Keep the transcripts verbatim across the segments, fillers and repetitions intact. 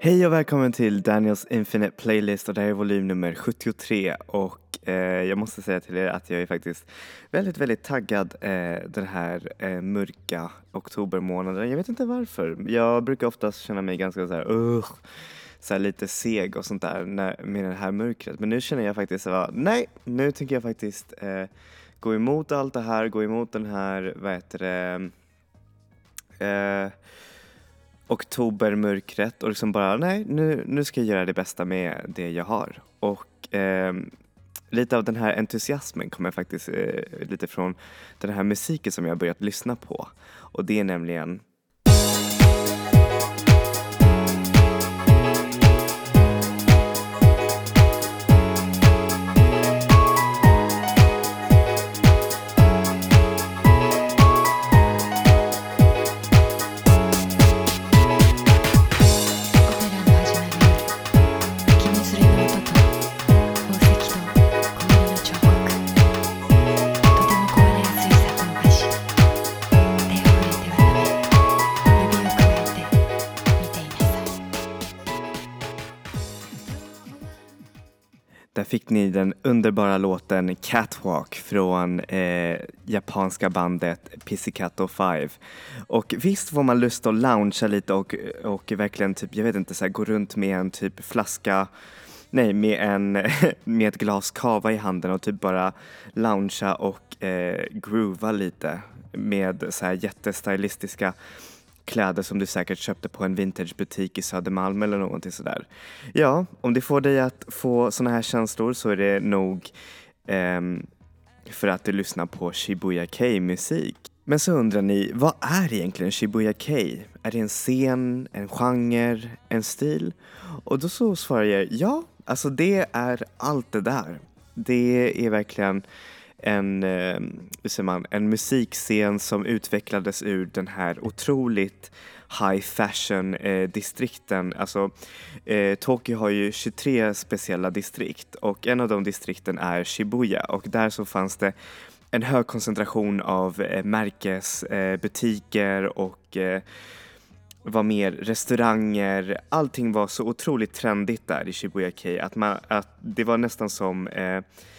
Hej och välkommen till Daniels Infinite Playlist, och det här är volym nummer sjuttiotre, och eh, jag måste säga till er att jag är faktiskt väldigt, väldigt taggad eh, den här eh, mörka oktobermånaden. Jag vet inte varför. Jag brukar oftast känna mig ganska så här, uh, så här lite seg och sånt där när, med det här mörkret. Men nu känner jag faktiskt att nej, nu tänker jag faktiskt eh, gå emot allt det här, gå emot den här, vad heter det, eh, oktobermörkret och liksom bara nej, nu, nu ska jag göra det bästa med det jag har. Och eh, lite av den här entusiasmen kommer faktiskt eh, lite från den här musiken som jag har börjat lyssna på, och det är nämligen där fick ni den underbara låten Catwalk från eh, japanska bandet Pizzicato fem. Och visst får man lust att loungea lite och, och verkligen typ, jag vet inte, så här, gå runt med en typ flaska, nej, med, en, med ett glas kava i handen och typ bara loungea och eh, groova lite med så här jättestylistiska kläder som du säkert köpte på en vintagebutik i Södermalm eller någonting sådär. Ja, om det får dig att få såna här känslor så är det nog ehm, för att du lyssnar på Shibuya Kei-musik. Men så undrar ni, vad är egentligen Shibuya Kei? Är det en scen, en genre, en stil? Och då så svarar jag, ja, alltså det är allt det där. Det är verkligen en, eh, hur säger man, en musikscen som utvecklades ur den här otroligt high fashion eh, distrikten. Alltså eh, Tokyo har ju tjugotre speciella distrikt, och en av de distrikten är Shibuya, och där så fanns det en hög koncentration av eh, märkesbutiker eh, och eh, vad mer, restauranger. Allting var så otroligt trendigt där i Shibuya Kei att, man, att det var nästan som eh,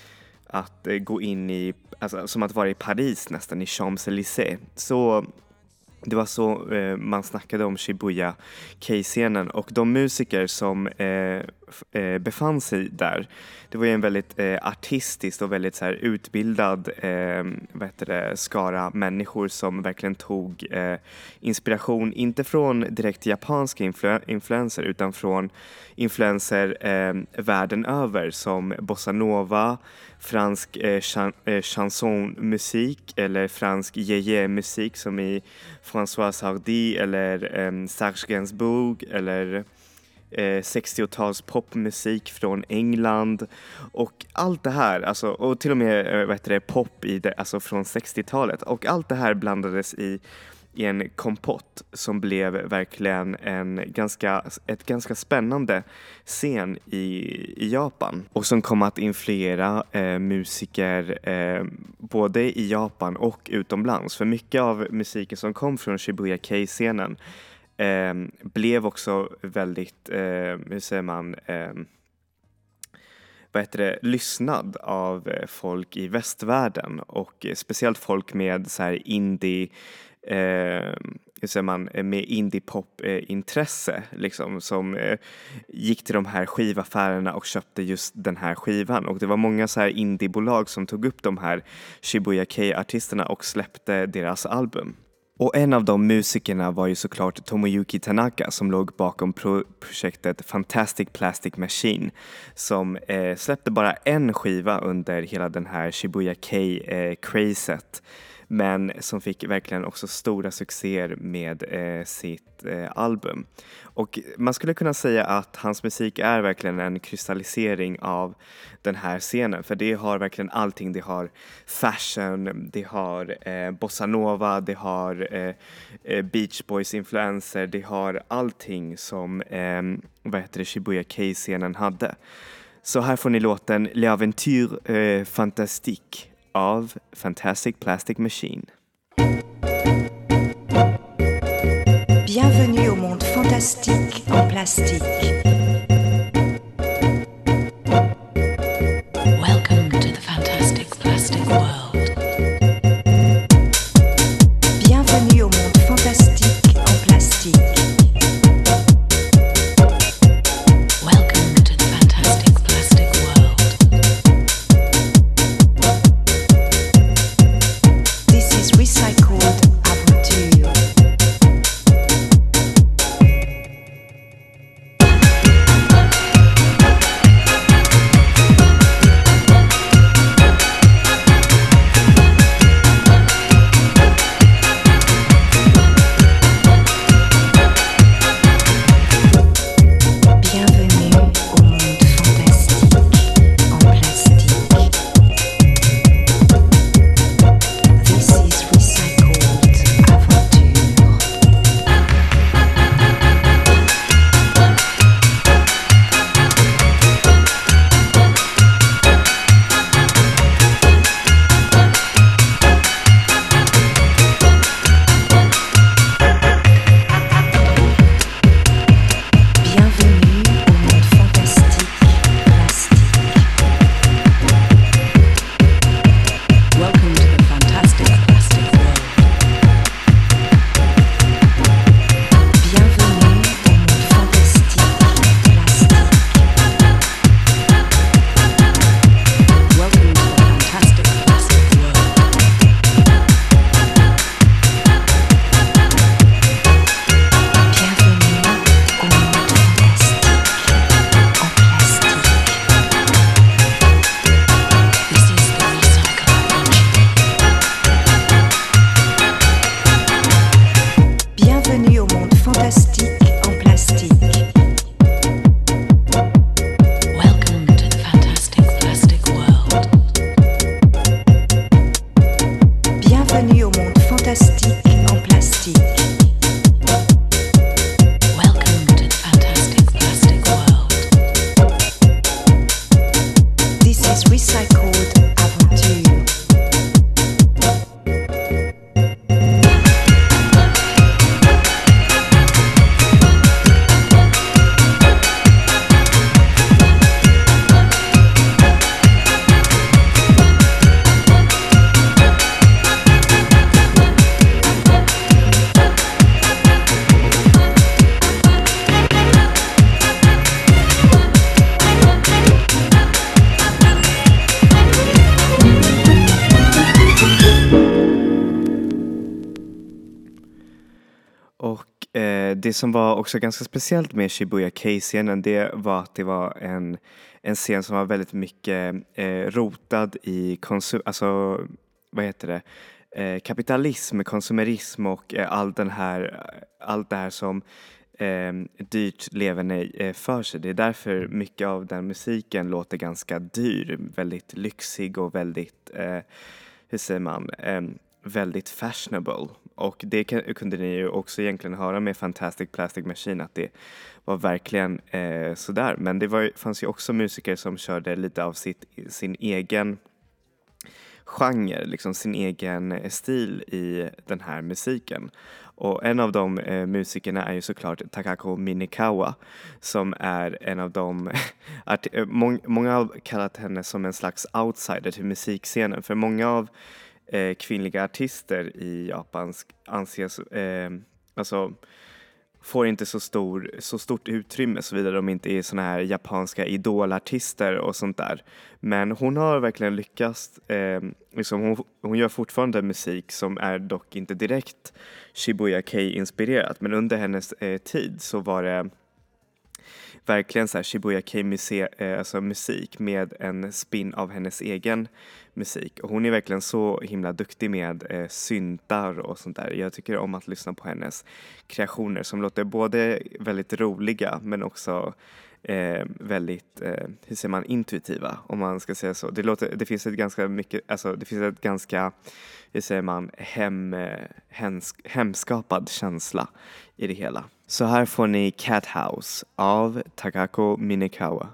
att eh, gå in i, alltså, som att vara i Paris nästan, i Champs-Élysées. Så det var så eh, man snackade om Shibuya Kei-scenen, och de musiker som eh, f- eh, befann sig där, det var ju en väldigt eh, artistisk och väldigt så här, utbildad eh, vad heter det, skara människor som verkligen tog eh, inspiration, inte från direkt japanska influ- influenser utan från influenser eh, världen över, som bossa nova, fransk eh, chan- eh, chansonmusik eller fransk yeye-musik som i François Hardy eller eh, Serge Gainsbourg, eller eh, sextio-tals popmusik från England, och allt det här, alltså, och till och med eh, vad heter det, pop i det, alltså från sextiotalet, och allt det här blandades i i en kompott som blev verkligen en ganska, ett ganska spännande scen i, i Japan, och som kom att influera eh, musiker eh, både i Japan och utomlands. För mycket av musiken som kom från Shibuya Kei-scenen eh, blev också väldigt, eh, hur säger man, eh, vad heter det, lyssnad av folk i västvärlden, och speciellt folk med så här indie Eh, hur säger man, med indie-pop-intresse liksom, som eh, gick till de här skivaffärerna och köpte just den här skivan, och det var många så här indiebolag som tog upp de här Shibuya Kei-artisterna och släppte deras album. Och en av de musikerna var ju såklart Tomoyuki Tanaka, som låg bakom pro- projektet Fantastic Plastic Machine, som eh, släppte bara en skiva under hela den här Shibuya Kei-crazet, men som fick verkligen också stora succéer med eh, sitt eh, album. Och man skulle kunna säga att hans musik är verkligen en kristallisering av den här scenen, för det har verkligen allting. Det har fashion, det har eh, bossa nova, det har eh, Beach Boys influenser, det har allting som eh, vad heter det, Shibuya Kei-scenen hade. Så här får ni låten L'Aventure eh, Fantastique av Fantastic Plastic Machine. Bienvenue au monde fantastique en plastique. Welcome to the fantastic plastic world. Bienvenue au monde fantastique en plastique. Welcome to the fantastic plastic world. This is Recycled Aventure. Det som var också ganska speciellt med Shibuya Kei-scenen, det var att det var en, en scen som var väldigt mycket eh, rotad i konsum, alltså vad heter det, eh, kapitalism, konsumerism och eh, all den här, allt det här som eh, dyrt leverne eh, för sig. Det är därför mycket av den musiken låter ganska dyr, väldigt lyxig och väldigt, eh, hur säger man, eh, väldigt fashionable. Och det kunde ni ju också egentligen höra med Fantastic Plastic Machine, att det var verkligen eh, sådär. Men det var, fanns ju också musiker som körde lite av sitt, sin egen genre, liksom sin egen stil i den här musiken. Och en av de eh, musikerna är ju såklart Takako Minekawa, som är en av de art- må- många har kallat henne som en slags outsider till musikscenen, för många av Eh, kvinnliga artister i Japan anses, eh, alltså får inte så, stor, så stort utrymme såvida de inte är såna här japanska idolartister och sånt där. Men hon har verkligen lyckats, eh, liksom hon, hon gör fortfarande musik som är dock inte direkt Shibuya Kei-inspirerat, men under hennes eh, tid så var det verkligen så här Shibuya Kei eh, alltså musik med en spin av hennes egen musik. Och hon är verkligen så himla duktig med eh, syntar och sånt där. Jag tycker om att lyssna på hennes kreationer som låter både väldigt roliga men också eh, väldigt, eh, hur säger man, intuitiva, om man ska säga så. Det, låter, det finns ett ganska mycket, alltså det finns ett ganska, hur säger man, hem, hems, hemskapad känsla i det hela. Så här får ni Cat House av Takako Minekawa.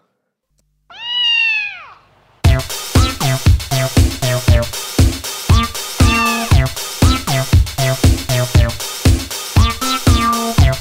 We'll be right back.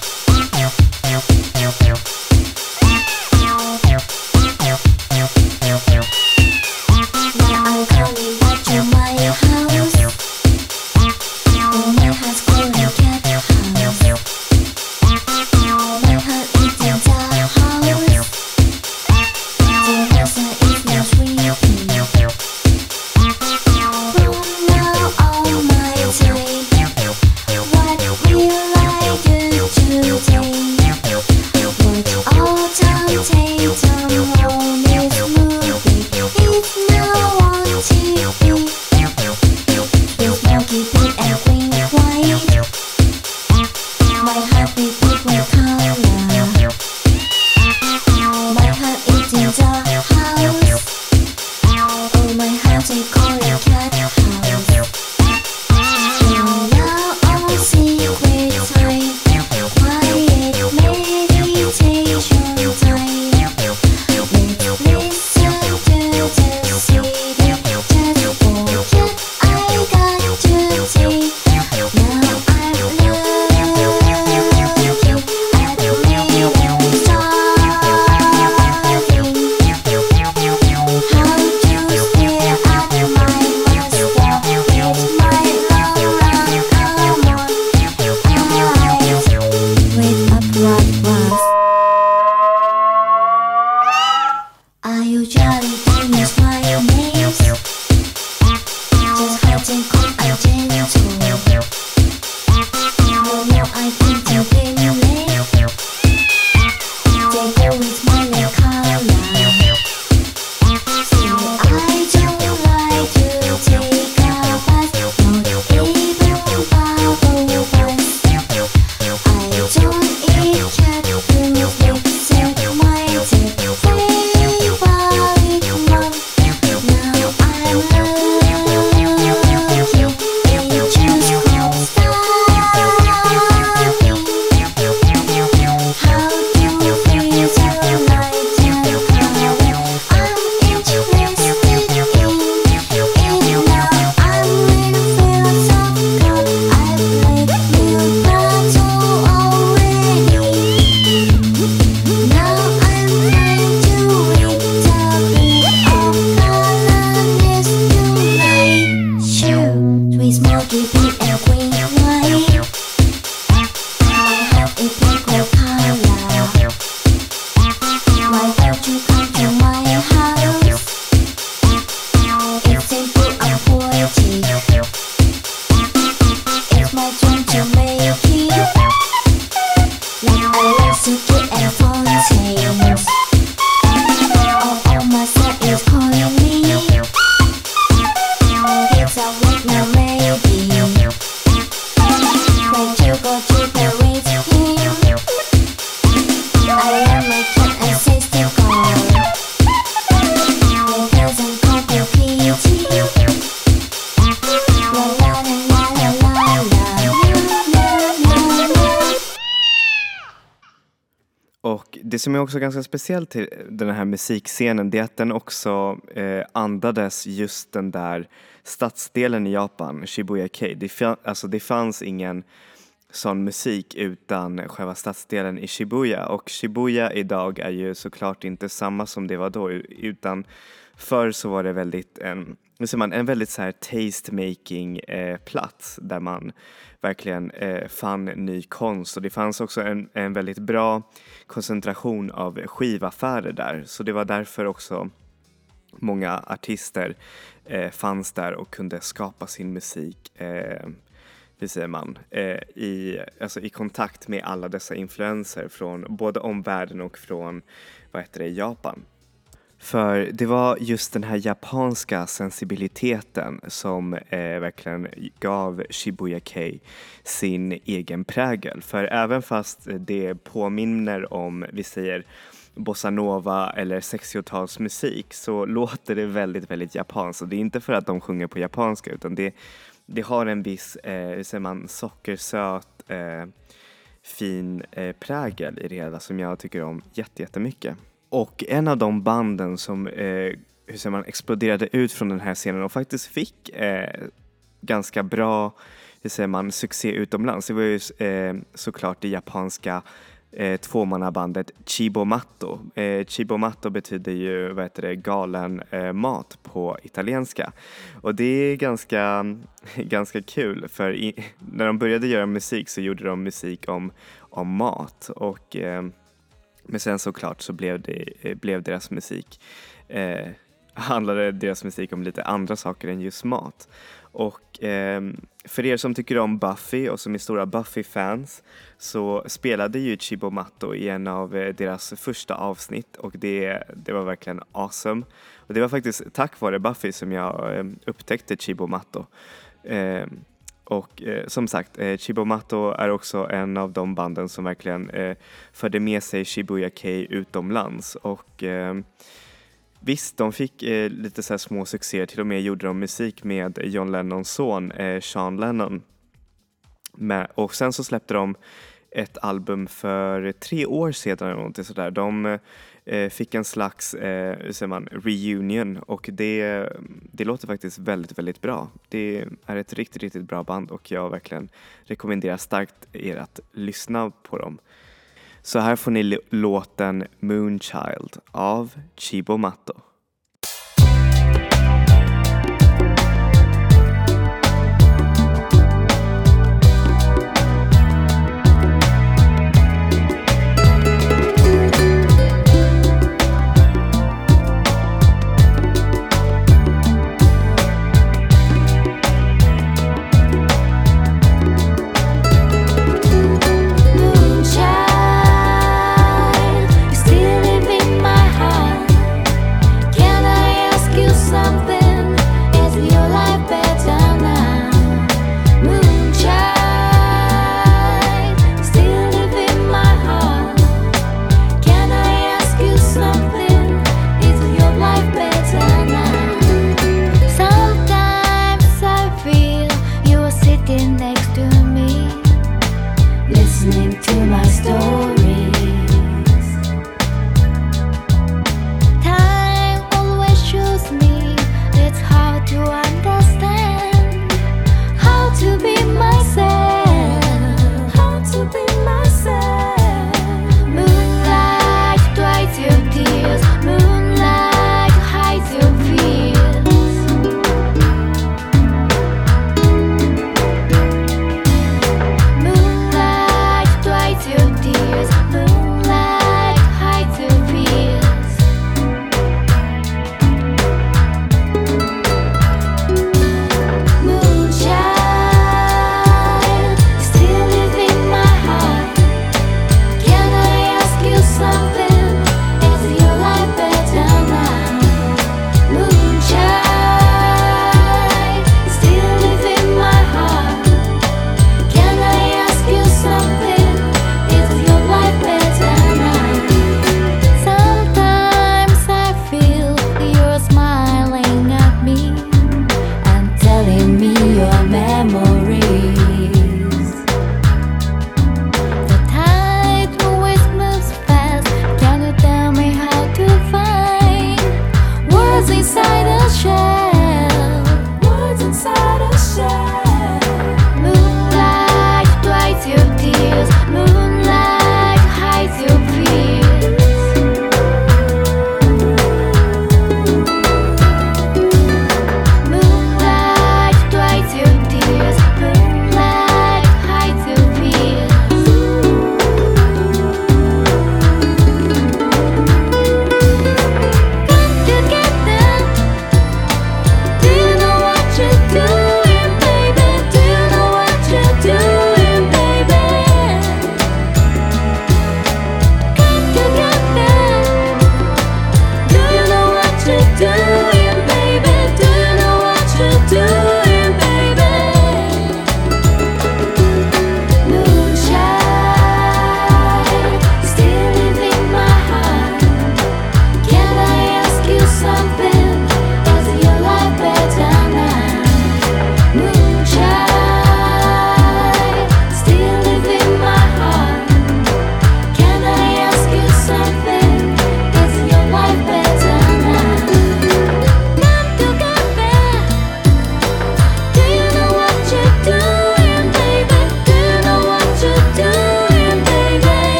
det som är också ganska speciellt till den här musikscenen, det är att den också eh, andades just den där stadsdelen i Japan, Shibuya-kei. Det, alltså det fanns ingen sån musik utan själva stadsdelen i Shibuya, och Shibuya idag är ju såklart inte samma som det var då, utan förr så var det väldigt en, man, en väldigt så här taste-making eh, plats där man verkligen eh, fann ny konst, och det fanns också en, en väldigt bra koncentration av skivaffärer där, så det var därför också många artister eh, fanns där och kunde skapa sin musik eh, hur säger man, eh, i, alltså i kontakt med alla dessa influenser från både omvärlden och från, vad heter det, Japan. För det var just den här japanska sensibiliteten som eh, verkligen gav Shibuya-kei sin egen prägel. För även fast det påminner om, vi säger, bossa nova eller sextiotalsmusik, så låter det väldigt, väldigt japanskt. Och det är inte för att de sjunger på japanska, utan det, det har en viss, eh, hur säger man, sockersöt, eh, fin eh, prägel i det hela som jag tycker om jätte, jättemycket. Och en av de banden som eh, hur säger man, exploderade ut från den här scenen och faktiskt fick eh, ganska bra, hur säger man, succé utomlands, det var ju eh, såklart det japanska eh, tvåmannabandet Cibomatto. Eh, Cibomatto betyder ju, vad heter det, galen eh, mat på italienska. Och det är ganska, ganska kul, för i, när de började göra musik så gjorde de musik om, om mat, och eh, men sen såklart så blev, det, blev deras musik, eh, handlade deras musik om lite andra saker än just mat. Och eh, för er som tycker om Buffy och som är stora Buffy-fans, så spelade ju Cibomatto i en av deras första avsnitt, och det, det var verkligen awesome. Och det var faktiskt tack vare Buffy som jag eh, upptäckte Cibomatto. Eh, Och eh, som sagt, eh, Cibomatto är också en av de banden som verkligen eh, förde med sig Shibuya-kei utomlands. Och eh, visst, de fick eh, lite så här små succéer, till och med gjorde de musik med John Lennons son, eh, Sean Lennon. Med, och sen så släppte de ett album för tre år sedan eller någonting sådär. De eh, fick en slags eh, hur säger man, reunion, och det, det låter faktiskt väldigt, väldigt bra. Det är ett riktigt, riktigt bra band, och jag verkligen rekommenderar starkt er att lyssna på dem. Så här får ni l- låten Moonchild av Cibomatto. Moonchild, you still live in my heart.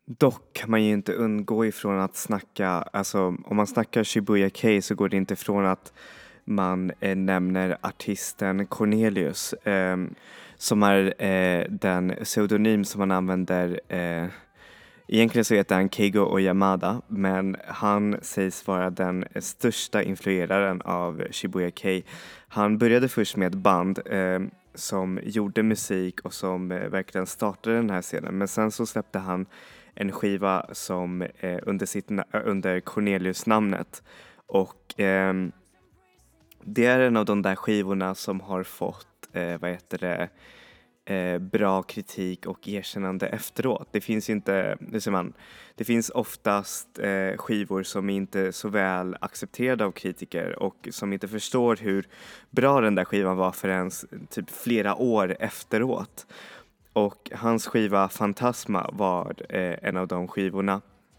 Dock kan man ju inte undgå ifrån att snacka, alltså om man snackar Shibuya Kei så går det inte ifrån att man eh, nämner artisten Cornelius eh, som är eh, den pseudonym som man använder. Eh, egentligen så heter han Keigo Oyamada, men han sägs vara den största influeraren av Shibuya Kei. Han började först med ett band eh, som gjorde musik och som eh, verkligen startade den här scenen, men sen så släppte han en skiva som eh, under, sitt, under Cornelius-namnet, och ehm, det är en av de där skivorna som har fått eh, vad heter det, eh, bra kritik och erkännande efteråt. Det finns ju inte, det ser man, det finns oftast eh, skivor som inte är så väl accepterade av kritiker och som inte förstår hur bra den där skivan var förrän typ flera år efteråt. Och hans skiva Fantasma var eh, en av de skivorna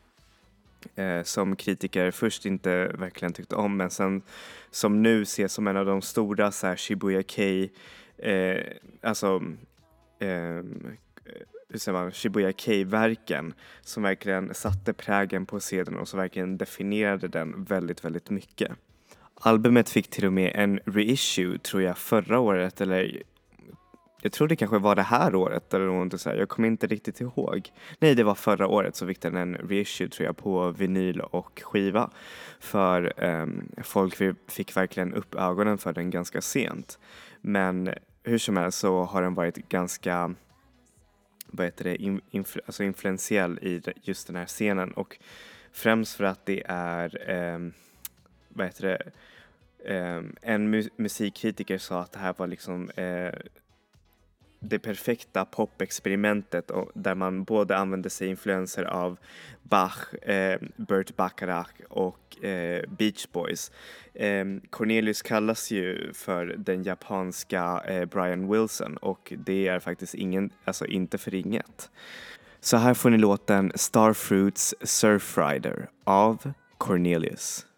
Eh, som kritiker först inte verkligen tyckte om, men sen som nu ses som en av de stora så här, Shibuya Kei eh, alltså eh, hur säger man, Shibuya Kei-verken som verkligen satte prägen på scenen och som verkligen definierade den väldigt, väldigt mycket. Albumet fick till och med en reissue tror jag förra året, eller jag tror det kanske var det här året eller något så här. Jag kommer inte riktigt ihåg. Nej, det var förra året så fick den en reissue tror jag på vinyl och skiva. För um, folk fick verkligen upp ögonen för den ganska sent. Men hur som helst så har den varit ganska vad heter det, influ- alltså influentiell i just den här scenen. Och främst för att det är um, vad heter det, um, en mu- musikkritiker sa att det här var liksom uh, det perfekta popexperimentet, och där man både använde sig influenser av Bach, eh, Burt Bacharach och eh, Beach Boys. Eh, Cornelius kallas ju för den japanska eh, Brian Wilson, och det är faktiskt ingen, alltså inte för inget. Så här får ni låten Starfruits Surfrider av Cornelius.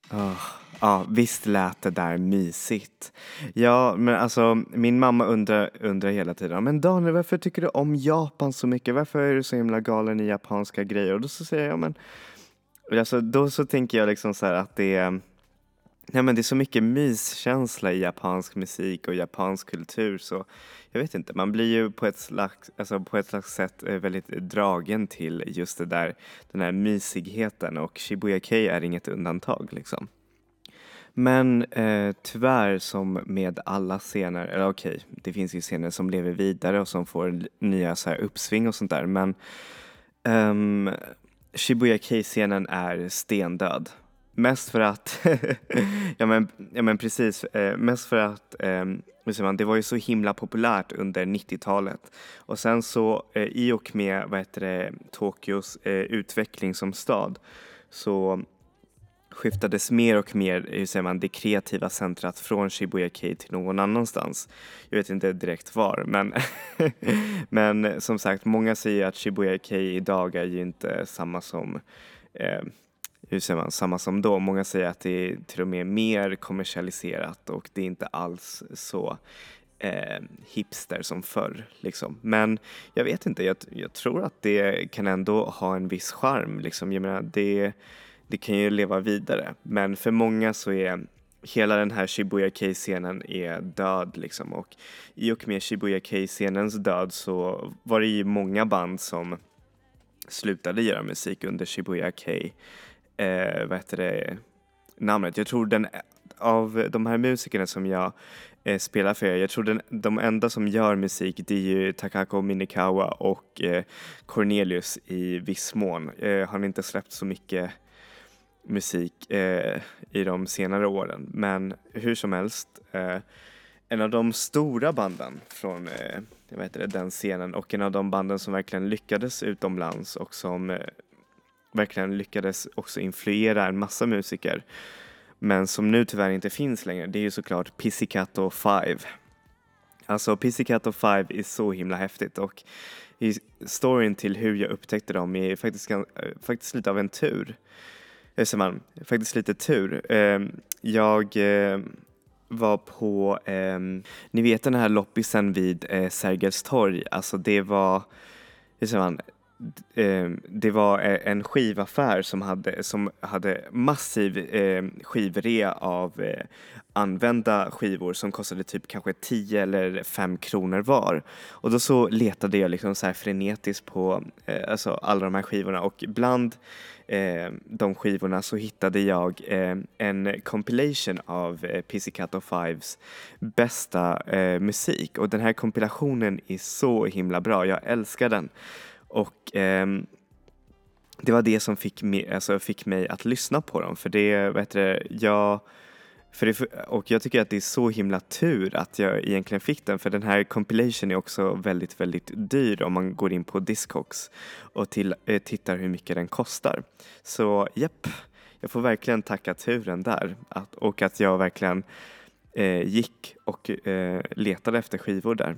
Ja, ja, visst lät det där mysigt. Ja, men alltså min mamma undrar, undrar hela tiden, men Daniel, varför tycker du om Japan så mycket? Varför är du så himla galen i japanska grejer? Och då så säger jag, men alltså, då så tänker jag liksom så här att det är, nej, men det är så mycket myskänsla i japansk musik och japansk kultur, så jag vet inte, man blir ju på ett slags, alltså på ett slags sätt eh, väldigt dragen till just det där, den här mysigheten, och Shibuya Kei är inget undantag liksom. Men eh, tyvärr, som med alla scener, eller okej, det finns ju scener som lever vidare och som får l- nya så här uppsving och sånt där, men ehm, Shibuya Kei-scenen är stendöd. Mest för att, ja men, ja men precis, eh, mest för att eh, hur säger man, det var ju så himla populärt under nittiotalet. Och sen så eh, i och med, vad heter det, Tokyos eh, utveckling som stad, så skiftades mer och mer, hur säger man, det kreativa centrat från Shibuya Kei till någon annanstans. Jag vet inte direkt var, men, men som sagt, många säger att Shibuya Kei idag är ju inte samma som, eh, hur säger man, samma som då. Många säger att det är till och med mer kommersialiserat och det är inte alls så eh, hipster som förr liksom. Men jag vet inte, jag, jag tror att det kan ändå ha en viss charm liksom. Jag menar, det det kan ju leva vidare, men för många så är hela den här Shibuya Kei-scenen är död liksom, och i och med Shibuya Kei-scenens död så var det ju många band som slutade göra musik under Shibuya Kei, eh, vad heter det, namnet. Jag tror den, av de här musikerna som jag eh, spelar för er, jag tror den, de enda som gör musik, det är ju Takako Minekawa och eh, Cornelius i viss mån. Eh, har inte släppt så mycket musik eh, i de senare åren, men hur som helst, eh, en av de stora banden från eh, jag vet inte, den scenen, och en av de banden som verkligen lyckades utomlands och som eh, verkligen lyckades också influera en massa musiker, men som nu tyvärr inte finns längre, det är ju såklart Pizzicato Five. Alltså Pizzicato Five är så himla häftigt, och i storyn till hur jag upptäckte dem är faktiskt, eh, faktiskt lite av en tur. Så man, faktiskt lite tur. Jag var på, ni vet den här loppisen vid Sergels torg, alltså det var, hur säger man, det var en skivaffär som hade, som hade massiv skivrea av använda skivor som kostade typ kanske tio eller fem kronor var. Och då så letade jag liksom så här frenetiskt på alltså alla de här skivorna, och bland eh, de skivorna så hittade jag eh, en compilation av eh, Pizzicato Fives bästa eh, musik, och den här kompilationen är så himla bra, jag älskar den. Och ehm, det var det som fick mig, alltså fick mig att lyssna på dem, för det, vet du, jag, för det, och jag tycker att det är så himla tur att jag egentligen fick den, för den här compilation är också väldigt, väldigt dyr om man går in på Discogs och till, eh, tittar hur mycket den kostar. Så japp, jag får verkligen tacka turen där, att, och att jag verkligen eh, gick och eh, letade efter skivor där.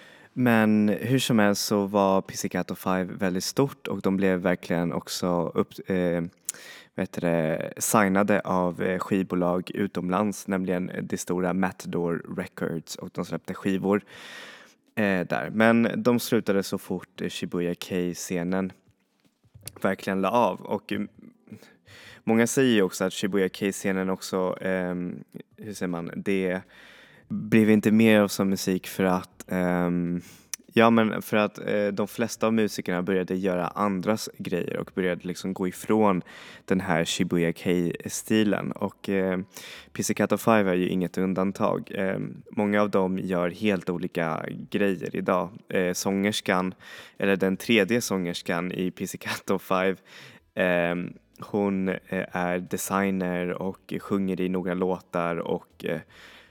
Men hur som helst så var Pizzicato Five väldigt stort, och de blev verkligen också upp, eh, vet det, signade av eh, skivbolag utomlands, nämligen det stora Matador Records, och de släppte skivor eh, där. Men de slutade så fort eh, Shibuya Kei-scenen verkligen la av, och eh, många säger ju också att Shibuya Kei-scenen också, eh, hur säger man, det blev inte mer av som musik för att um, ja men för att uh, de flesta av musikerna började göra andras grejer och började liksom gå ifrån den här Shibuya Kei-stilen, och uh, Pizzicato Five är ju inget undantag. Uh, många av dem gör helt olika grejer idag. Uh, sångerskan, eller den tredje sångerskan i Pizzicato Five, uh, hon uh, är designer och sjunger i några låtar och uh,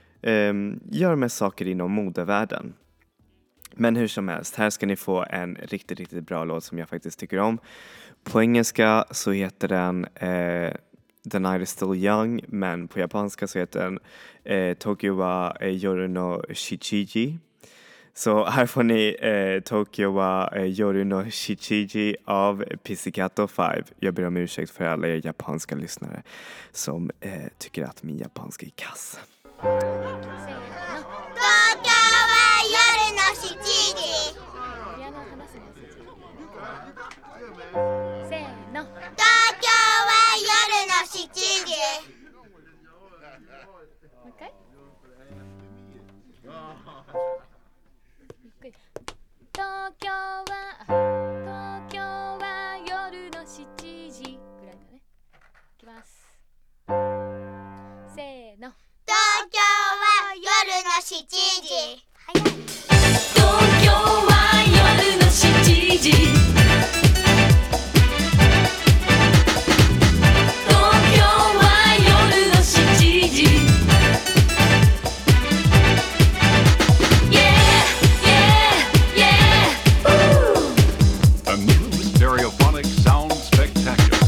Um, gör med saker inom modevärlden. Men hur som helst, här ska ni få en riktigt, riktigt bra låt som jag faktiskt tycker om. På engelska så heter den uh, The Night is Still Young, men på japanska så heter den uh, Tokyo wa Yoru no Shichiji. Så här får ni eh, Tokyo wa eh, Yoru no Shichiji av Pizzicato fem. Jag ber om ursäkt för alla er japanska lyssnare som eh, tycker att min japanska är kass. Okay. 東京は東京は夜のしちじぐらいだね。いきます。せーの。東京は夜のしちじ。早い。東京は夜のしちじ。東京は夜のしちじ。 Stereophonic sound spectacular.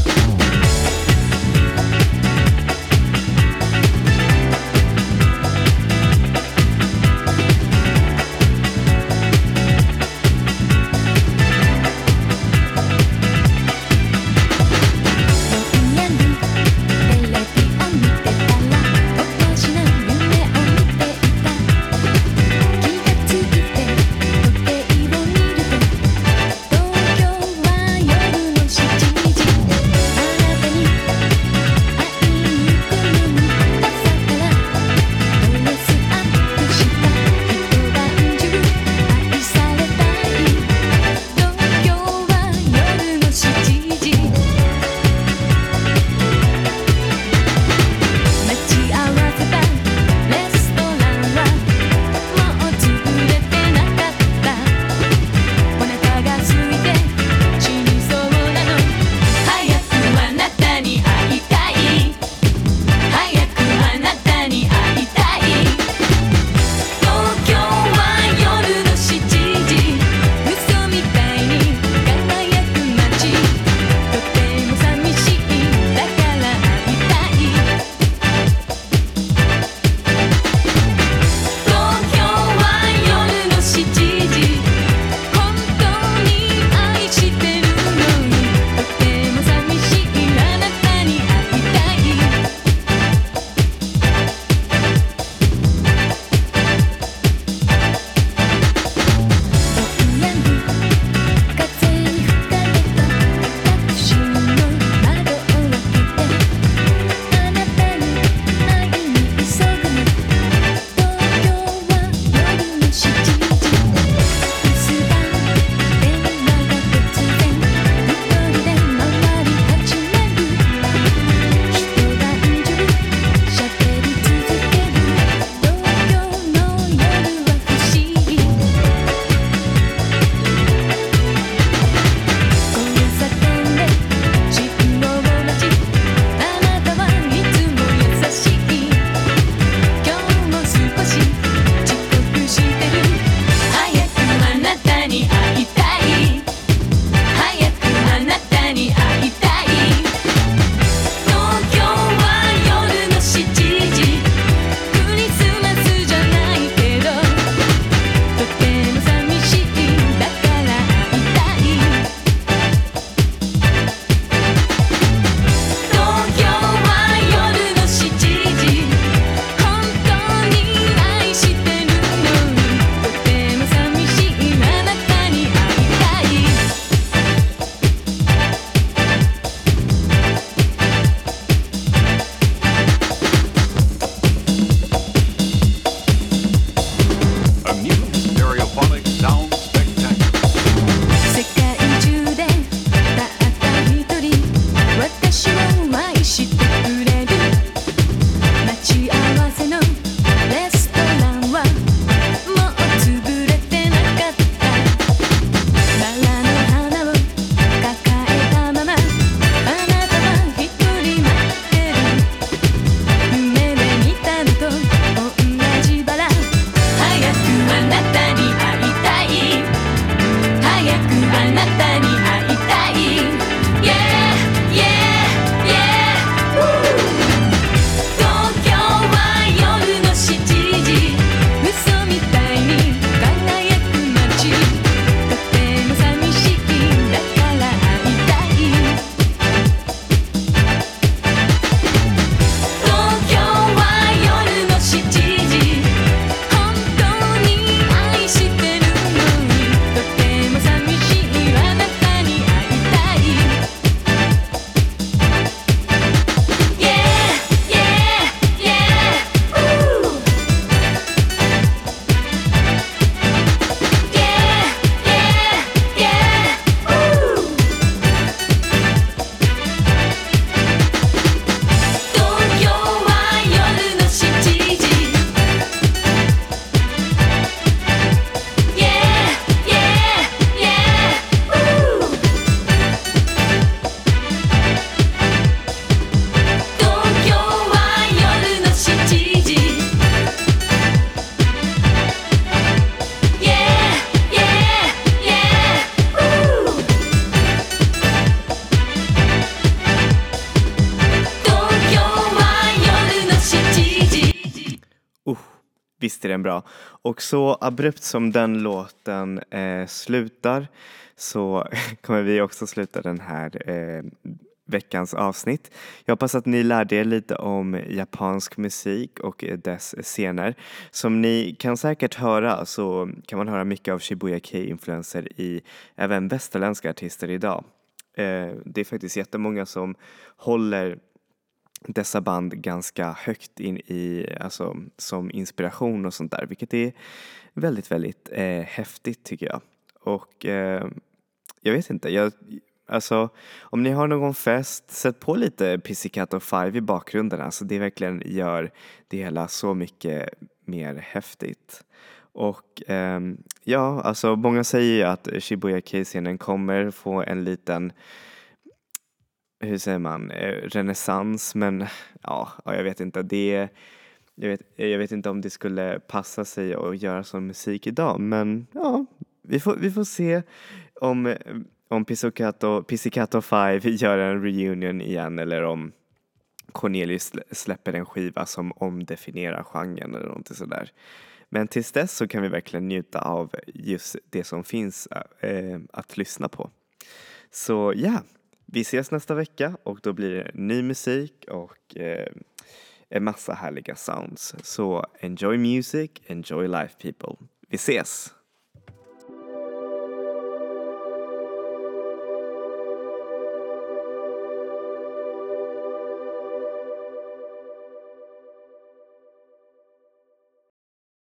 visst är den bra. Och så abrupt som den låten eh, slutar så kommer vi också sluta den här eh, veckans avsnitt. Jag hoppas att ni lärde er lite om japansk musik och dess scener. Som ni kan säkert höra så kan man höra mycket av Shibuya Kei-influenser i även västerländska artister idag. Eh, det är faktiskt jättemånga som håller dessa band ganska högt in i, alltså som inspiration och sånt där, vilket är väldigt, väldigt eh, häftigt tycker jag. Och eh, jag vet inte, jag, alltså om ni har någon fest, sätt på lite Pizzicato Five i bakgrunden, alltså det verkligen gör det hela så mycket mer häftigt. Och eh, ja, alltså många säger ju att Shibuya Kei-scenen kommer få en liten, hur säger man, eh, renässans, men ja, ja, jag vet inte, det jag vet, jag vet inte om det skulle passa sig att göra sån musik idag, men ja, vi får, vi får se om, om Pizzicato, Pizzicato Five gör en reunion igen eller om Cornelius släpper en skiva som omdefinierar genren eller något sådär. Men tills dess så kan vi verkligen njuta av just det som finns eh, att lyssna på. Så ja, vi ses nästa vecka och då blir det ny musik och eh, en massa härliga sounds. Så enjoy music, enjoy life people. Vi ses!